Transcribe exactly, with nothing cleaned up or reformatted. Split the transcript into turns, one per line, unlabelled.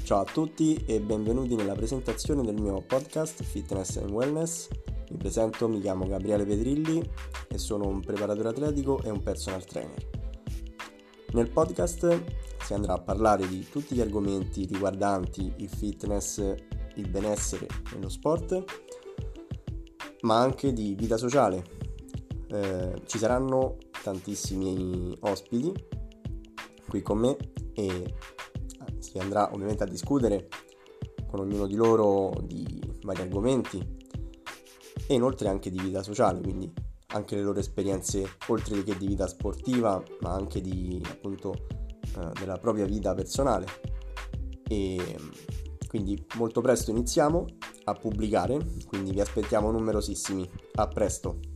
Ciao a tutti e benvenuti nella presentazione del mio podcast Fitness and Wellness. Mi presento, mi chiamo Gabriele Pedrilli e sono un preparatore atletico e un personal trainer. Nel podcast si andrà a parlare di tutti gli argomenti riguardanti il fitness, il benessere e lo sport, ma anche di vita sociale. Eh, ci saranno tantissimi ospiti qui con me e si andrà ovviamente a discutere con ognuno di loro di vari argomenti e inoltre anche di vita sociale, quindi anche le loro esperienze oltre che di vita sportiva, ma anche di appunto eh, della propria vita personale. E quindi molto presto iniziamo a pubblicare, quindi vi aspettiamo numerosissimi. A presto!